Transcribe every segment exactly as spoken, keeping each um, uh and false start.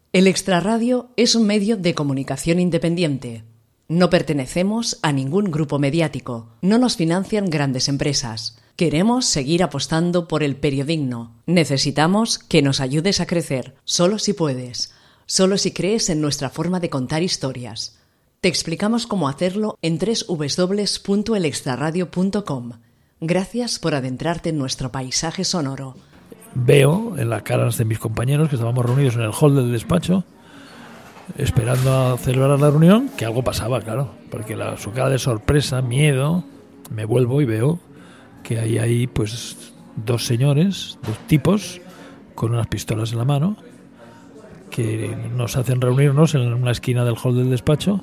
El Extrarradio es un medio de comunicación independiente. No pertenecemos a ningún grupo mediático. No nos financian grandes empresas. Queremos seguir apostando por el periodismo. Necesitamos que nos ayudes a crecer, solo si puedes, solo si crees en nuestra forma de contar historias. Te explicamos cómo hacerlo en doble u doble u doble u punto el extraradio punto com. Gracias por adentrarte en nuestro paisaje sonoro. Veo en las caras de mis compañeros que estábamos reunidos en el hall del despacho esperando a celebrar la reunión, que algo pasaba, claro, porque la, su cara de sorpresa, miedo, me vuelvo y veo que hay ahí pues dos señores, dos tipos con unas pistolas en la mano que nos hacen reunirnos en una esquina del hall del despacho.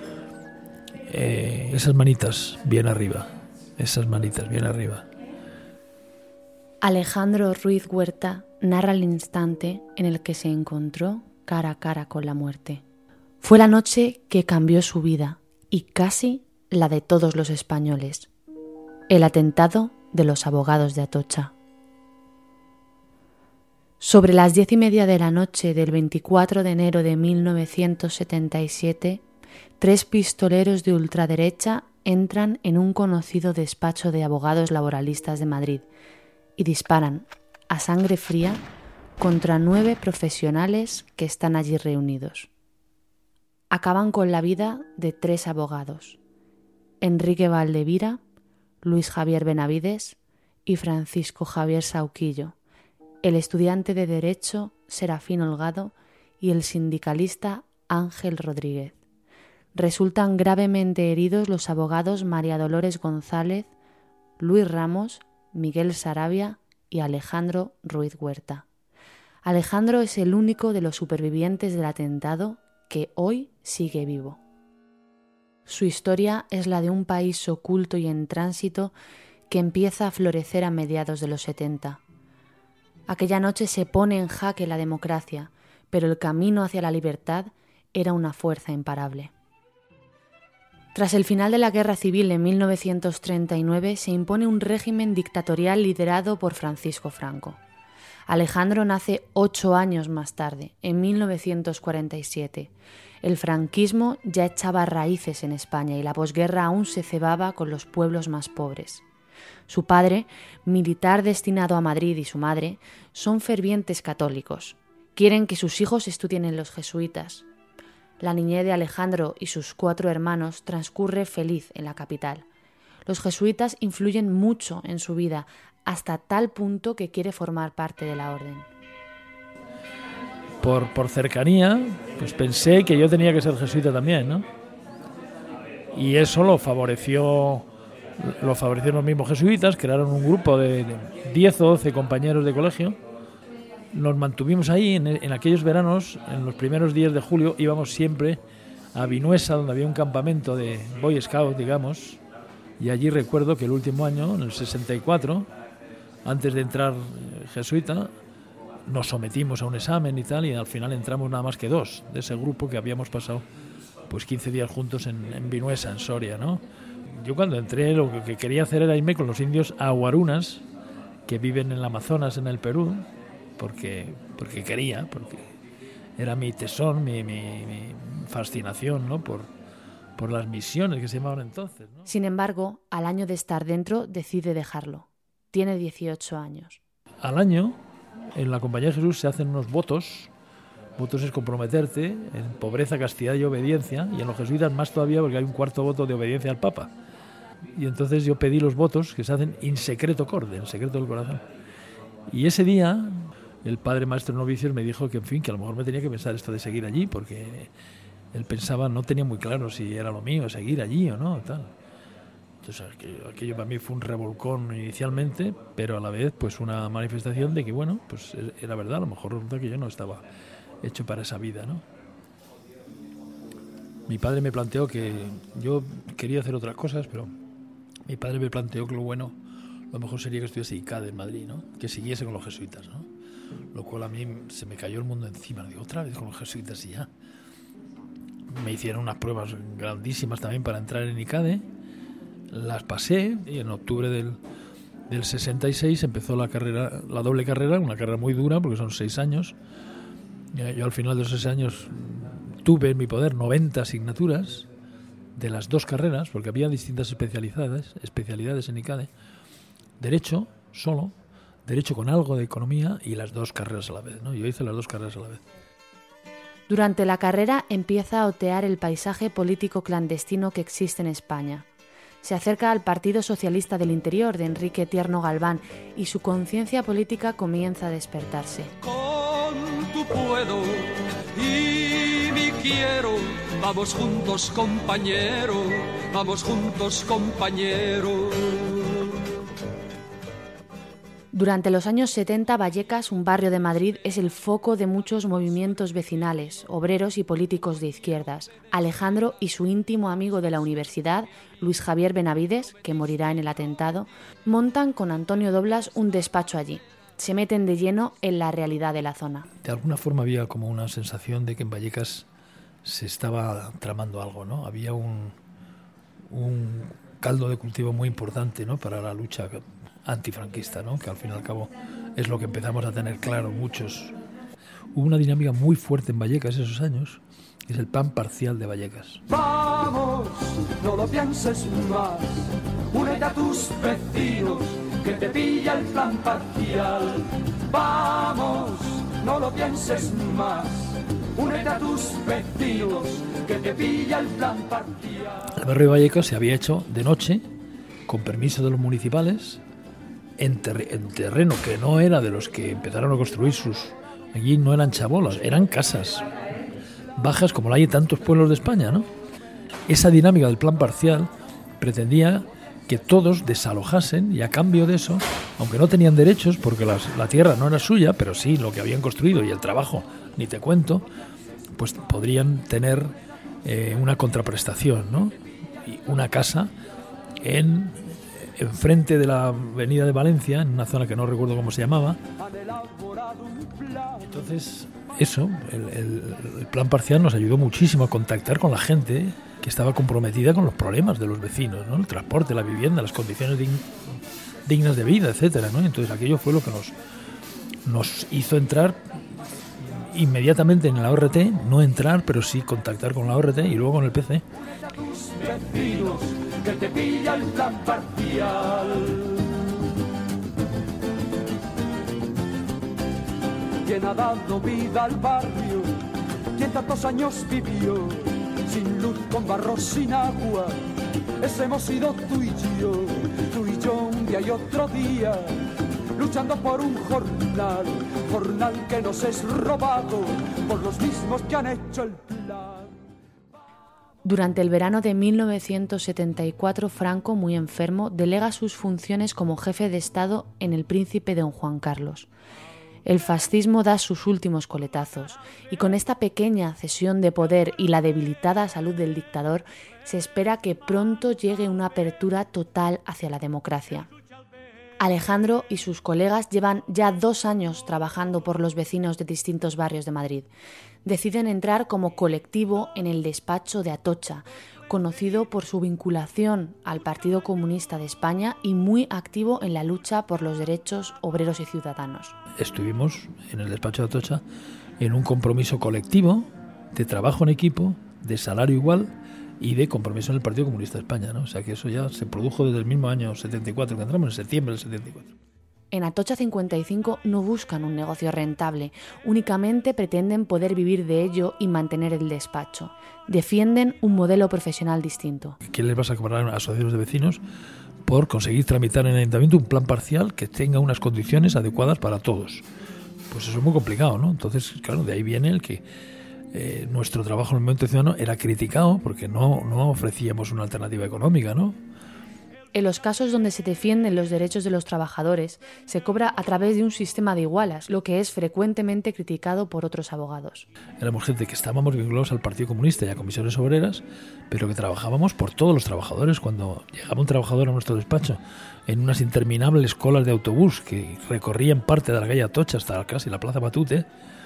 Eh, esas manitas bien arriba, esas manitas bien arriba. Alejandro Ruiz Huerta narra el instante en el que se encontró cara a cara con la muerte. Fue la noche que cambió su vida y casi la de todos los españoles. El atentado de los abogados de Atocha. Sobre las diez y media de la noche del veinticuatro de enero de mil novecientos setenta y siete, tres pistoleros de ultraderecha entran en un conocido despacho de abogados laboralistas de Madrid y disparan a sangre fría contra nueve profesionales que están allí reunidos. Acaban con la vida de tres abogados: Enrique Valdevira, Luis Javier Benavides y Francisco Javier Sauquillo, el estudiante de Derecho Serafín Holgado y el sindicalista Ángel Rodríguez. Resultan gravemente heridos los abogados María Dolores González, Luis Ramos, Miguel Saravia y Alejandro Ruiz Huerta. Alejandro es el único de los supervivientes del atentado que hoy sigue vivo. Su historia es la de un país oculto y en tránsito que empieza a florecer a mediados de los setenta. Aquella noche se pone en jaque la democracia, pero el camino hacia la libertad era una fuerza imparable. Tras el final de la Guerra Civil en mil novecientos treinta y nueve se impone un régimen dictatorial liderado por Francisco Franco. Alejandro nace ocho años más tarde, en mil novecientos cuarenta y siete. El franquismo ya echaba raíces en España y la posguerra aún se cebaba con los pueblos más pobres. Su padre, militar destinado a Madrid, y su madre son fervientes católicos. Quieren que sus hijos estudien en los jesuitas. La niñez de Alejandro y sus cuatro hermanos transcurre feliz en la capital. Los jesuitas influyen mucho en su vida, hasta tal punto que quiere formar parte de la orden. Por, por cercanía, pues pensé que yo tenía que ser jesuita también, ¿no? Y eso lo favoreció, lo favorecieron los mismos jesuitas, crearon un grupo de diez o doce compañeros de colegio. Nos mantuvimos ahí en, en aquellos veranos, en los primeros días de julio, íbamos siempre a Vinuesa, donde había un campamento de Boy Scout, digamos, y allí recuerdo que el último año, en el sesenta y cuatro, antes de entrar jesuita, nos sometimos a un examen y tal, y al final entramos nada más que dos de ese grupo que habíamos pasado pues quince días juntos en, en Vinuesa, en Soria, ¿no? Yo cuando entré lo que quería hacer era irme con los indios aguarunas, que viven en el Amazonas, en el Perú, porque porque quería, porque era mi tesón, mi, mi, mi fascinación, ¿no? por, por las misiones que se llamaban entonces, ¿no? Sin embargo, al año de estar dentro, decide dejarlo. Tiene dieciocho años. Al año, en la Compañía de Jesús se hacen unos votos. Votos es comprometerte en pobreza, castidad y obediencia, y en los jesuitas más todavía porque hay un cuarto voto de obediencia al Papa. Y entonces yo pedí los votos que se hacen in secreto corde, en secreto del corazón. Y ese día el padre maestro novicios me dijo que, en fin, que a lo mejor me tenía que pensar esto de seguir allí, porque él pensaba, no tenía muy claro si era lo mío, seguir allí o no, tal. Entonces aquello, aquello para mí fue un revolcón inicialmente, pero a la vez pues una manifestación de que, bueno, pues era verdad, a lo mejor resulta que yo no estaba hecho para esa vida, ¿no? Mi padre me planteó que yo quería hacer otras cosas, pero mi padre me planteó que lo bueno, lo mejor sería que estudiase I C A D en Madrid, ¿no? Que siguiese con los jesuitas, ¿no? Lo cual a mí se me cayó el mundo encima. Digo, otra vez con los jesuitas y ya. Me hicieron unas pruebas grandísimas también para entrar en I C A D. Las pasé y en octubre del, del sesenta y seis empezó la carrera, la doble carrera, una carrera muy dura porque son seis años. Yo al final de esos años tuve en mi poder noventa asignaturas de las dos carreras, porque había distintas especialidades, especialidades en ICADE, Derecho solo, Derecho con algo de Economía y las dos carreras a la vez, ¿no? Yo hice las dos carreras a la vez. Durante la carrera empieza a otear el paisaje político clandestino que existe en España. Se acerca al Partido Socialista del Interior de Enrique Tierno Galván y su conciencia política comienza a despertarse. Con tu puedo y mi quiero, vamos juntos compañero, vamos juntos compañero. Durante los años setenta, Vallecas, un barrio de Madrid, es el foco de muchos movimientos vecinales, obreros y políticos de izquierdas. Alejandro y su íntimo amigo de la universidad, Luis Javier Benavides, que morirá en el atentado, montan con Antonio Doblas un despacho allí. Se meten de lleno en la realidad de la zona. De alguna forma había como una sensación de que en Vallecas se estaba tramando algo, ¿no? Había un, un caldo de cultivo muy importante, ¿no?, para la lucha antifranquista, ¿no?, que al fin y al cabo es lo que empezamos a tener claro muchos. Hubo una dinámica muy fuerte en Vallecas esos años, que es el plan parcial de Vallecas. Vamos, no lo pienses más, únete a tus vecinos, que te pilla el plan parcial. Vamos, no lo pienses más, únete a tus vecinos, que te pilla el plan parcial. El barrio de Vallecas se había hecho de noche, con permiso de los municipales, En, ter- en terreno que no era de los que empezaron a construir sus... Allí no eran chabolas, eran casas bajas como la hay en tantos pueblos de España, ¿no? Esa dinámica del plan parcial pretendía que todos desalojasen y a cambio de eso, aunque no tenían derechos porque las, la tierra no era suya, pero sí lo que habían construido y el trabajo, ni te cuento, pues podrían tener eh, una contraprestación, ¿no? Y una casa en... enfrente de la avenida de Valencia, en una zona que no recuerdo cómo se llamaba. Entonces, eso, el, el, el plan parcial nos ayudó muchísimo a contactar con la gente que estaba comprometida con los problemas de los vecinos, ¿no? El transporte, la vivienda, las condiciones dign, dignas de vida, etcétera, ¿no? Entonces aquello fue lo que nos, nos hizo entrar inmediatamente en la O R T, no entrar, pero sí contactar con la O R T y luego con el P C. Que te pilla el plan parcial. Quien ha dado vida al barrio, quien tantos años vivió, sin luz, con barro, sin agua, ese hemos sido tú y yo, tú y yo un día y otro día, luchando por un jornal, jornal que nos es robado por los mismos que han hecho el plan. Durante el verano de mil novecientos setenta y cuatro, Franco, muy enfermo, delega sus funciones como jefe de Estado en el príncipe don Juan Carlos. El fascismo da sus últimos coletazos, y con esta pequeña cesión de poder y la debilitada salud del dictador, se espera que pronto llegue una apertura total hacia la democracia. Alejandro y sus colegas llevan ya dos años trabajando por los vecinos de distintos barrios de Madrid. Deciden entrar como colectivo en el despacho de Atocha, conocido por su vinculación al Partido Comunista de España y muy activo en la lucha por los derechos obreros y ciudadanos. Estuvimos en el despacho de Atocha en un compromiso colectivo de trabajo en equipo, de salario igual y de compromiso en el Partido Comunista de España, ¿no? O sea que eso ya se produjo desde el mismo año setenta y cuatro, que entramos en septiembre del setenta y cuatro. En Atocha cincuenta y cinco no buscan un negocio rentable, únicamente pretenden poder vivir de ello y mantener el despacho. Defienden un modelo profesional distinto. ¿Qué les vas a cobrar a asociaciones de vecinos por conseguir tramitar en el ayuntamiento un plan parcial que tenga unas condiciones adecuadas para todos? Pues eso es muy complicado, ¿no? Entonces, claro, de ahí viene el que eh, nuestro trabajo en el movimiento ciudadano era criticado porque no, no ofrecíamos una alternativa económica, ¿no? En los casos donde se defienden los derechos de los trabajadores, se cobra a través de un sistema de igualas, lo que es frecuentemente criticado por otros abogados. Éramos gente que estábamos vinculados al Partido Comunista y a comisiones obreras, pero que trabajábamos por todos los trabajadores. Cuando llegaba un trabajador a nuestro despacho en unas interminables colas de autobús que recorrían parte de la calle Atocha hasta casi la Plaza Matute,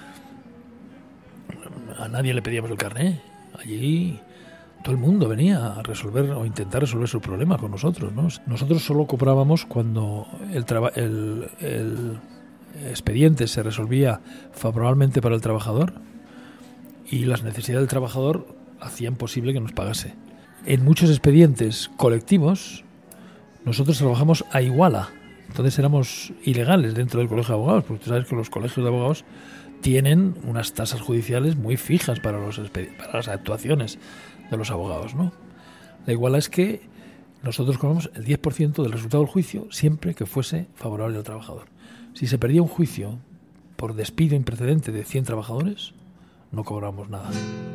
a nadie le pedíamos el carné. Allí todo el mundo venía a resolver o intentar resolver sus problemas con nosotros, ¿no? Nosotros solo cobrábamos cuando el, traba, el, el, expediente se resolvía favorablemente para el trabajador y las necesidades del trabajador hacían posible que nos pagase. En muchos expedientes colectivos nosotros trabajamos a iguala, entonces éramos ilegales dentro del colegio de abogados, porque tú sabes que los colegios de abogados tienen unas tasas judiciales muy fijas para, los, para las actuaciones de los abogados, ¿no? La iguala es que nosotros cobramos el diez por ciento del resultado del juicio siempre que fuese favorable al trabajador. Si se perdía un juicio por despido imprecedente de cien trabajadores, no cobramos nada.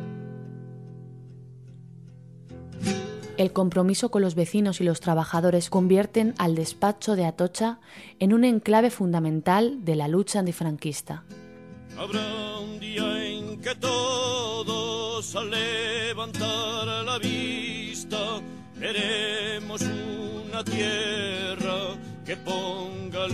El compromiso con los vecinos y los trabajadores convierten al despacho de Atocha en un enclave fundamental de la lucha antifranquista. Habrá un día en que todos al levantar la vista veremos una tierra que ponga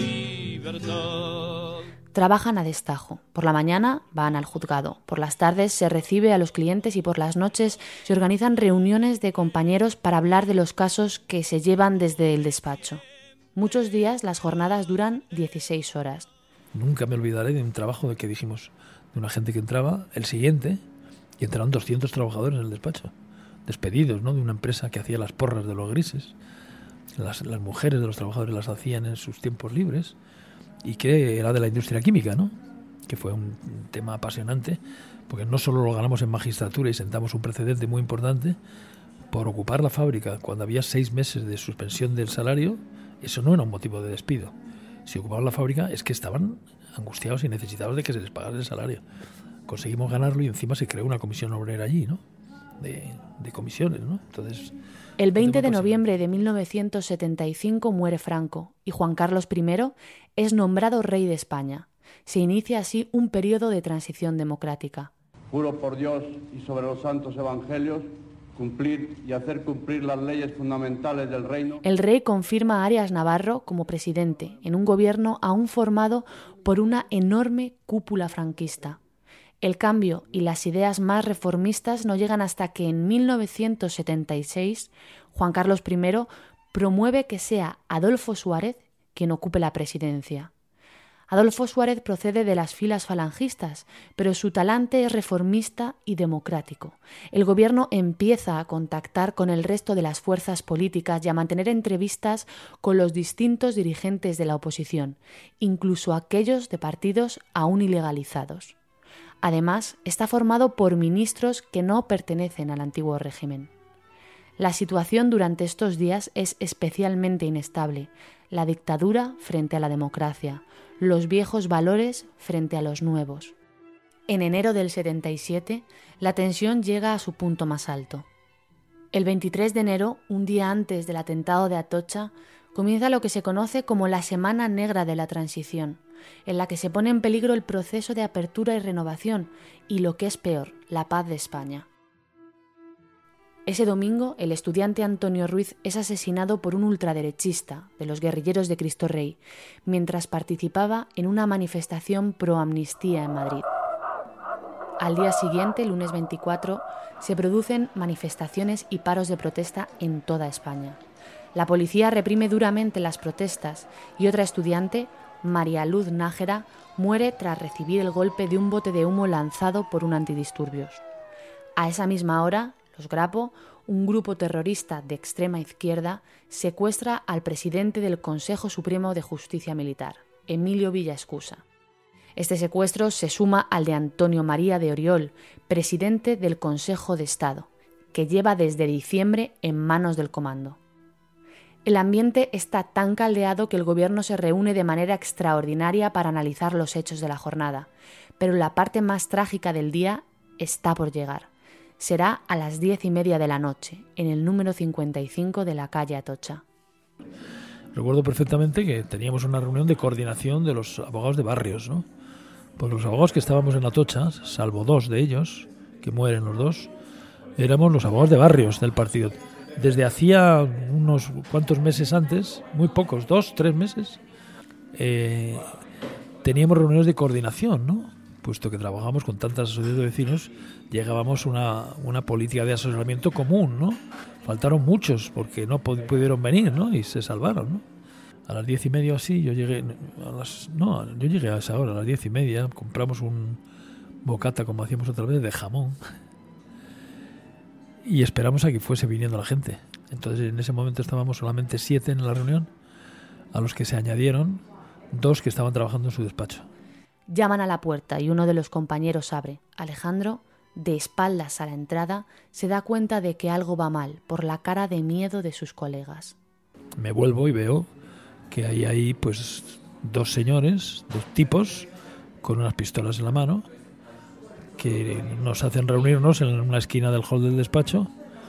libertad. Trabajan a destajo. Por la mañana van al juzgado, por las tardes se recibe a los clientes y por las noches se organizan reuniones de compañeros para hablar de los casos que se llevan desde el despacho. Muchos días las jornadas duran dieciséis horas. Nunca me olvidaré de un trabajo de que dijimos, de una gente que entraba, el siguiente, y entraron doscientos trabajadores en el despacho, despedidos, ¿no?, de una empresa que hacía las porras de los grises. Las, las mujeres de los trabajadores las hacían en sus tiempos libres y que era de la industria química, ¿no?, que fue un tema apasionante, porque no solo lo ganamos en magistratura y sentamos un precedente muy importante por ocupar la fábrica cuando había seis meses de suspensión del salario. Eso no era un motivo de despido. Si ocupaban la fábrica es que estaban angustiados y necesitados de que se les pagase el salario. Conseguimos ganarlo y encima se creó una comisión obrera allí, ¿no?, de, de comisiones, ¿no? Entonces, el veinte de noviembre de mil novecientos setenta y cinco muere Franco y Juan Carlos primero es nombrado rey de España. Se inicia así un periodo de transición democrática. Juro por Dios y sobre los santos evangelios cumplir y hacer cumplir las leyes fundamentales del reino. El rey confirma a Arias Navarro como presidente en un gobierno aún formado por una enorme cúpula franquista. El cambio y las ideas más reformistas no llegan hasta que en mil novecientos setenta y seis Juan Carlos primero promueve que sea Adolfo Suárez quien ocupe la presidencia. Adolfo Suárez procede de las filas falangistas, pero su talante es reformista y democrático. El gobierno empieza a contactar con el resto de las fuerzas políticas y a mantener entrevistas con los distintos dirigentes de la oposición, incluso aquellos de partidos aún ilegalizados. Además, está formado por ministros que no pertenecen al antiguo régimen. La situación durante estos días es especialmente inestable. La dictadura frente a la democracia, los viejos valores frente a los nuevos. En enero del setenta y siete, la tensión llega a su punto más alto. El veintitrés de enero, un día antes del atentado de Atocha, comienza lo que se conoce como la Semana Negra de la Transición, en la que se pone en peligro el proceso de apertura y renovación y, lo que es peor, la paz de España. Ese domingo, el estudiante Antonio Ruiz es asesinado por un ultraderechista de los guerrilleros de Cristo Rey, mientras participaba en una manifestación pro amnistía en Madrid. Al día siguiente, lunes veinticuatro, se producen manifestaciones y paros de protesta en toda España. La policía reprime duramente las protestas y otra estudiante, María Luz Nájera, muere tras recibir el golpe de un bote de humo lanzado por un antidisturbios. A esa misma hora, los Grapo, un grupo terrorista de extrema izquierda, secuestra al presidente del Consejo Supremo de Justicia Militar, Emilio Villaescusa. Este secuestro se suma al de Antonio María de Oriol, presidente del Consejo de Estado, que lleva desde diciembre en manos del comando. El ambiente está tan caldeado que el gobierno se reúne de manera extraordinaria para analizar los hechos de la jornada, pero la parte más trágica del día está por llegar. Será a las diez y media de la noche, en el número cincuenta y cinco de la calle Atocha. Recuerdo perfectamente que teníamos una reunión de coordinación de los abogados de barrios, ¿no? Pues los abogados que estábamos en Atocha, salvo dos de ellos, que mueren los dos, éramos los abogados de barrios del partido. Desde hacía unos cuantos meses antes, muy pocos, dos, tres meses, eh, teníamos reuniones de coordinación, ¿no? Puesto que trabajamos con tantas asociaciones de vecinos, llegábamos a una, una política de asesoramiento común, ¿no? Faltaron muchos porque no pudieron venir, ¿no? Y se salvaron, ¿no? A las diez y media así, yo llegué, a las, no, yo llegué a esa hora, a las diez y media, compramos un bocata, como hacíamos otra vez, de jamón, y esperamos a que fuese viniendo la gente. Entonces en ese momento estábamos solamente siete en la reunión, a los que se añadieron dos que estaban trabajando en su despacho. Llaman a la puerta y uno de los compañeros abre. Alejandro, de espaldas a la entrada, se da cuenta de que algo va mal por la cara de miedo de sus colegas. Me vuelvo y veo que hay ahí pues dos señores, dos tipos, con unas pistolas en la mano, que nos hacen reunirnos en una esquina del hall del despacho.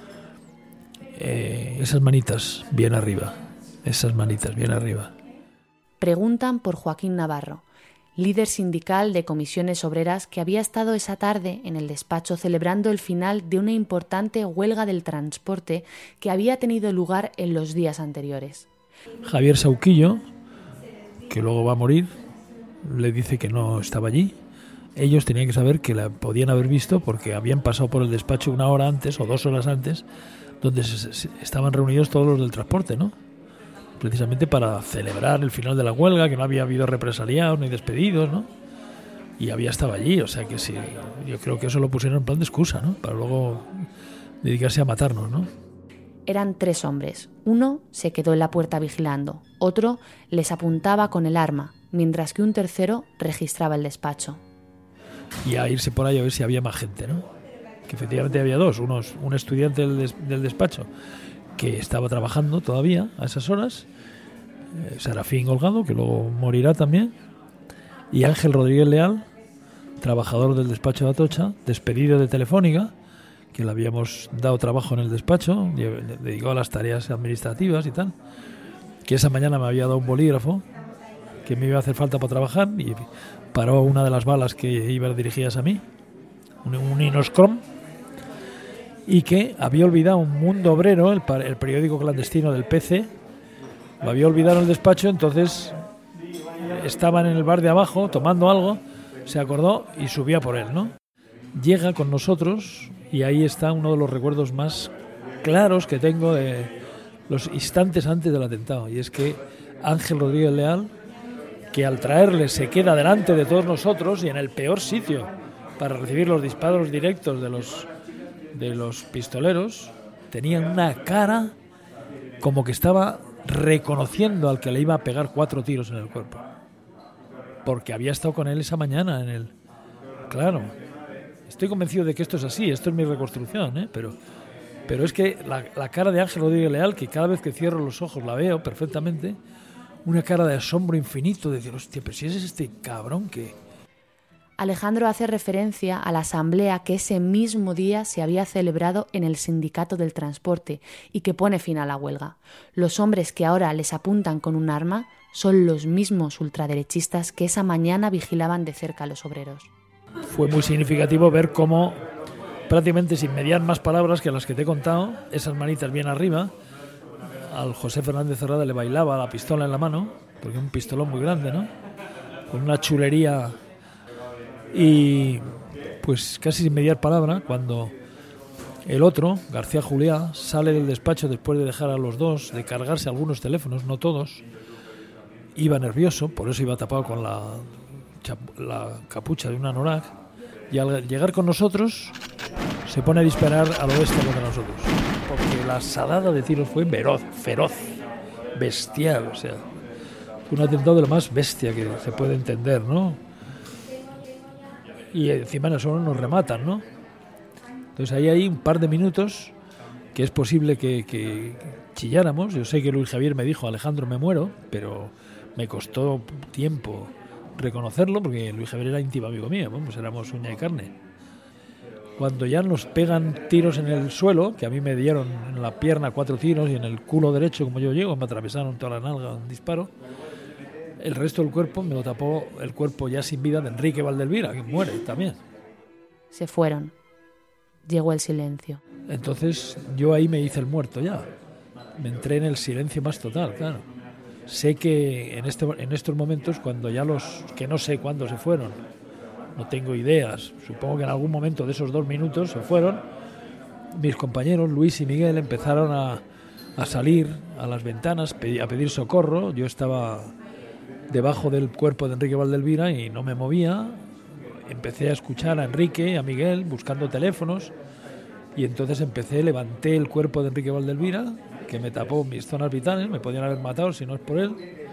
Eh, esas manitas bien arriba, esas manitas bien arriba. Preguntan por Joaquín Navarro, líder sindical de comisiones obreras que había estado esa tarde en el despacho celebrando el final de una importante huelga del transporte que había tenido lugar en los días anteriores. Javier Sauquillo, que luego va a morir, le dice que no estaba allí. Ellos tenían que saber que la podían haber visto porque habían pasado por el despacho una hora antes o dos horas antes, donde se, se, estaban reunidos todos los del transporte, ¿no? Precisamente para celebrar el final de la huelga, que no había habido represaliados ni despedidos, ¿no? Y había estado allí, o sea que sí, yo creo que eso lo pusieron en plan de excusa, ¿no? Para luego dedicarse a matarnos, ¿no? Eran tres hombres. Uno se quedó en la puerta vigilando, otro les apuntaba con el arma, mientras que un tercero registraba el despacho. Y a irse por ahí a ver si había más gente, ¿no? Que efectivamente había dos, unos, un estudiante del, des, del despacho que estaba trabajando todavía a esas horas, eh, Serafín Holgado, que luego morirá también, y Ángel Rodríguez Leal, trabajador del despacho de Atocha, despedido de Telefónica, que le habíamos dado trabajo en el despacho, dedicado a las tareas administrativas y tal, que esa mañana me había dado un bolígrafo que me iba a hacer falta para trabajar y paró una de las balas que iban dirigidas a mí, un, un Inoscrom, y que había olvidado un Mundo Obrero, el, el periódico clandestino del P C, lo había olvidado en el despacho. Entonces estaban en el bar de abajo tomando algo, se acordó y subía por él, ¿no? Llega con nosotros y ahí está uno de los recuerdos más claros que tengo de los instantes antes del atentado, y es que Ángel Rodríguez Leal, que al traerle se queda delante de todos nosotros y en el peor sitio para recibir los disparos directos de los de los pistoleros, tenía una cara como que estaba reconociendo al que le iba a pegar cuatro tiros en el cuerpo, porque había estado con él esa mañana en el... Claro, estoy convencido de que esto es así, esto es mi reconstrucción, ¿eh? pero pero es que la, la cara de Ángel Rodríguez Leal, que cada vez que cierro los ojos la veo perfectamente, una cara de asombro infinito, de decir, hostia, pero si ese es este cabrón que... Alejandro hace referencia a la asamblea que ese mismo día se había celebrado en el Sindicato del Transporte y que pone fin a la huelga. Los hombres que ahora les apuntan con un arma son los mismos ultraderechistas que esa mañana vigilaban de cerca a los obreros. Fue muy significativo ver cómo, prácticamente sin mediar más palabras que las que te he contado, esas manitas bien arriba, al José Fernández Cerrada le bailaba la pistola en la mano, porque es un pistolón muy grande, ¿no? Con una chulería. Y pues casi sin mediar palabra, cuando el otro, García Juliá, sale del despacho después de dejar a los dos, de cargarse algunos teléfonos, no todos, iba nervioso, por eso iba tapado con la, la capucha de un anorak, y al llegar con nosotros se pone a disparar al oeste contra nosotros, porque la salada de tiros fue feroz, feroz, bestial, o sea, un atentado de lo más bestia que se puede entender, ¿no? Y encima nosotros nos rematan, ¿no? Entonces ahí hay un par de minutos que es posible que, que chilláramos. Yo sé que Luis Javier me dijo, Alejandro, me muero, pero me costó tiempo reconocerlo, porque Luis Javier era íntimo amigo mío, vamos, éramos uña y carne. Cuando ya nos pegan tiros en el suelo, que a mí me dieron en la pierna cuatro tiros y en el culo derecho, como yo llego, me atravesaron toda la nalga un disparo. El resto del cuerpo me lo tapó el cuerpo ya sin vida de Enrique Valdelvira, que muere también. Se fueron. Llegó el silencio. Entonces yo ahí me hice el muerto ya. Me entré en el silencio más total, claro. Sé que en, este, en estos momentos, cuando ya los... que no sé cuándo se fueron, no tengo ideas, supongo que en algún momento de esos dos minutos se fueron, mis compañeros Luis y Miguel empezaron a, a salir a las ventanas, a pedir socorro. Yo estaba debajo del cuerpo de Enrique Valdelvira y no me movía. Empecé a escuchar a Enrique, a Miguel, buscando teléfonos, y entonces empecé, levanté el cuerpo de Enrique Valdelvira, que me tapó mis zonas vitales, me podían haber matado si no es por él,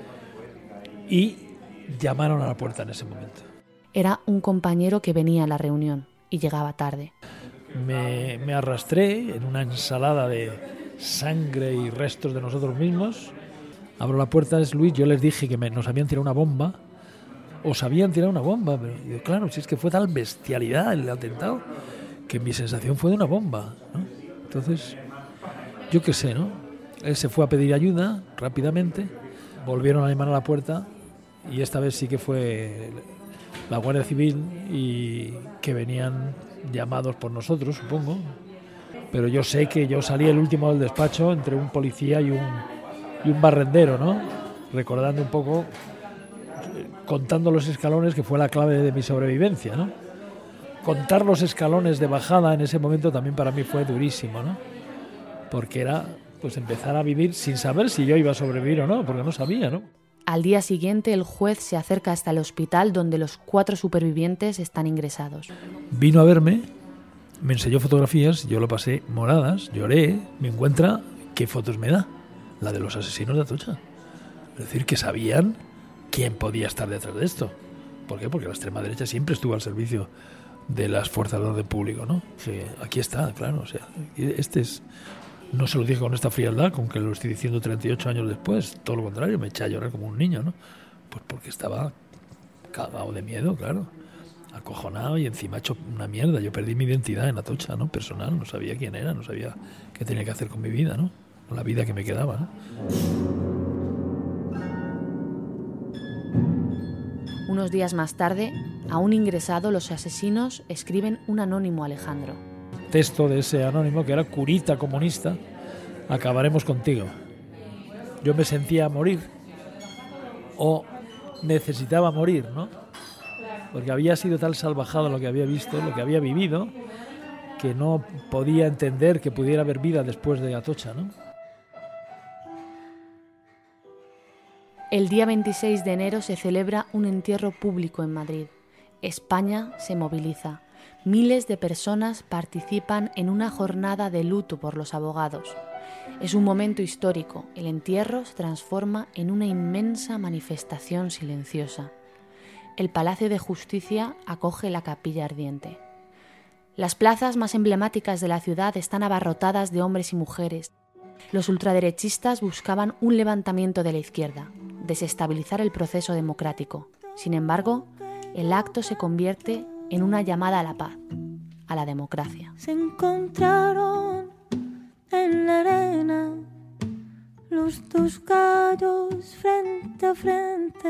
y llamaron a la puerta en ese momento. Era un compañero que venía a la reunión y llegaba tarde. Me, me arrastré en una ensalada de sangre y restos de nosotros mismos. Abro la puerta, es Luis, yo les dije que me, nos habían tirado una bomba. Os habían tirado una bomba, pero yo, claro, si es que fue tal bestialidad el atentado, que mi sensación fue de una bomba, ¿no? Entonces, yo qué sé, ¿no? Él se fue a pedir ayuda rápidamente, volvieron a llamar a la puerta, y esta vez sí que fue la Guardia Civil, y que venían llamados por nosotros, supongo. Pero yo sé que yo salí el último del despacho entre un policía y un, y un barrendero, ¿no? Recordando un poco, contando los escalones, que fue la clave de mi sobrevivencia, ¿no? Contar los escalones de bajada en ese momento también para mí fue durísimo, ¿no? Porque era, pues, empezar a vivir sin saber si yo iba a sobrevivir o no, porque no sabía, ¿no? Al día siguiente, el juez se acerca hasta el hospital donde los cuatro supervivientes están ingresados. Vino a verme, me enseñó fotografías, yo lo pasé moradas, lloré, me encuentra, ¿qué fotos me da? La de los asesinos de Atocha. Es decir, que sabían quién podía estar detrás de esto. ¿Por qué? Porque la extrema derecha siempre estuvo al servicio de las fuerzas de orden público, ¿no? Que aquí está, claro, o sea, este es... No se lo dije con esta frialdad, con que lo estoy diciendo treinta y ocho años después, todo lo contrario, me eché a llorar como un niño, ¿no? Pues porque estaba cagado de miedo, claro, acojonado, y encima hecho una mierda. Yo perdí mi identidad en Atocha, ¿no? Personal, no sabía quién era, no sabía qué tenía que hacer con mi vida, ¿no? Con la vida que me quedaba, ¿no? Unos días más tarde, aún ingresado, los asesinos escriben un anónimo a Alejandro. Texto de ese anónimo, que era: curita comunista, acabaremos contigo. Yo me sentía a morir, o necesitaba morir, ¿no? Porque había sido tal salvajado lo que había visto, lo que había vivido, que no podía entender que pudiera haber vida después de Atocha, ¿no? El día veintiséis de enero se celebra un entierro público en Madrid. España se moviliza. Miles de personas participan en una jornada de luto por los abogados. Es un momento histórico. El entierro se transforma en una inmensa manifestación silenciosa. El Palacio de Justicia acoge la capilla ardiente. Las plazas más emblemáticas de la ciudad están abarrotadas de hombres y mujeres. Los ultraderechistas buscaban un levantamiento de la izquierda, desestabilizar el proceso democrático. Sin embargo, el acto se convierte en una llamada a la paz, a la democracia. Se encontraron en la arena los dos gallos frente a frente.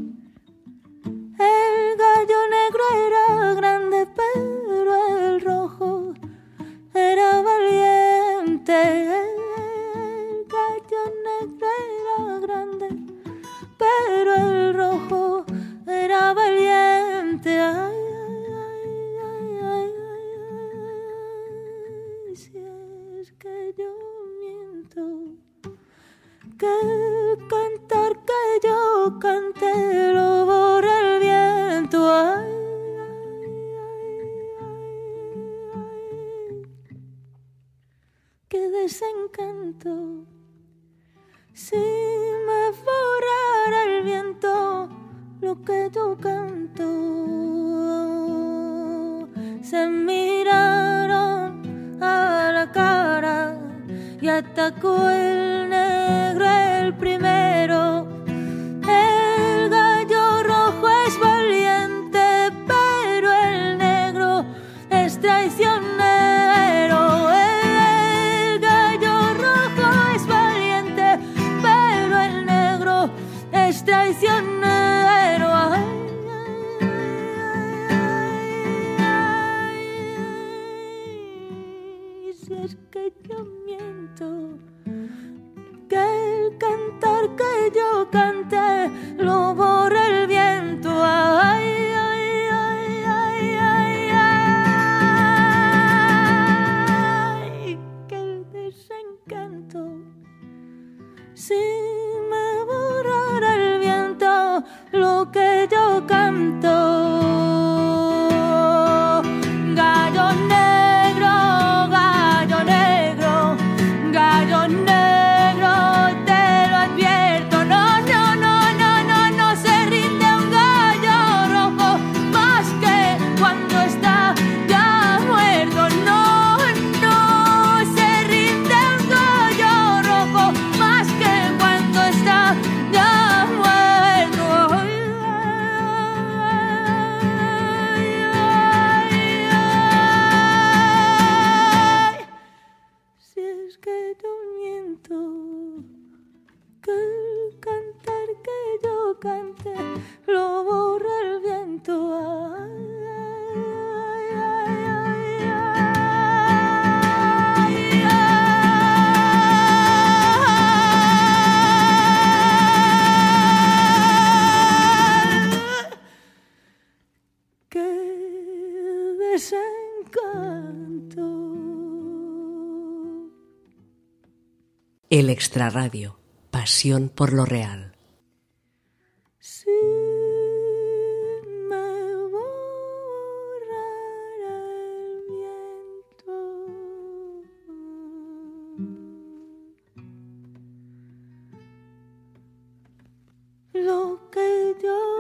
El gallo negro era grande, pero el rojo era valiente. El gallo negro era grande, pero el rojo era valiente. Ay, que el cantar que yo canté lo borra el viento. Ay, ay, ay, ay, qué desencanto. Si me borrara el viento lo que yo canto. Se miraron a la cara y atacó el negro el primero. El gallo rojo es valiente, pero el negro es traicionero. El gallo rojo es valiente, pero el negro es traicionero. Ay, ay, ay, si es que yo miento, que el cantar que yo canté lo borra el viento. Ay, ay, ay, ay, ay, ay, que el desencanto. El Extrarradio, pasión por lo real. Si me borrara el viento, lo que yo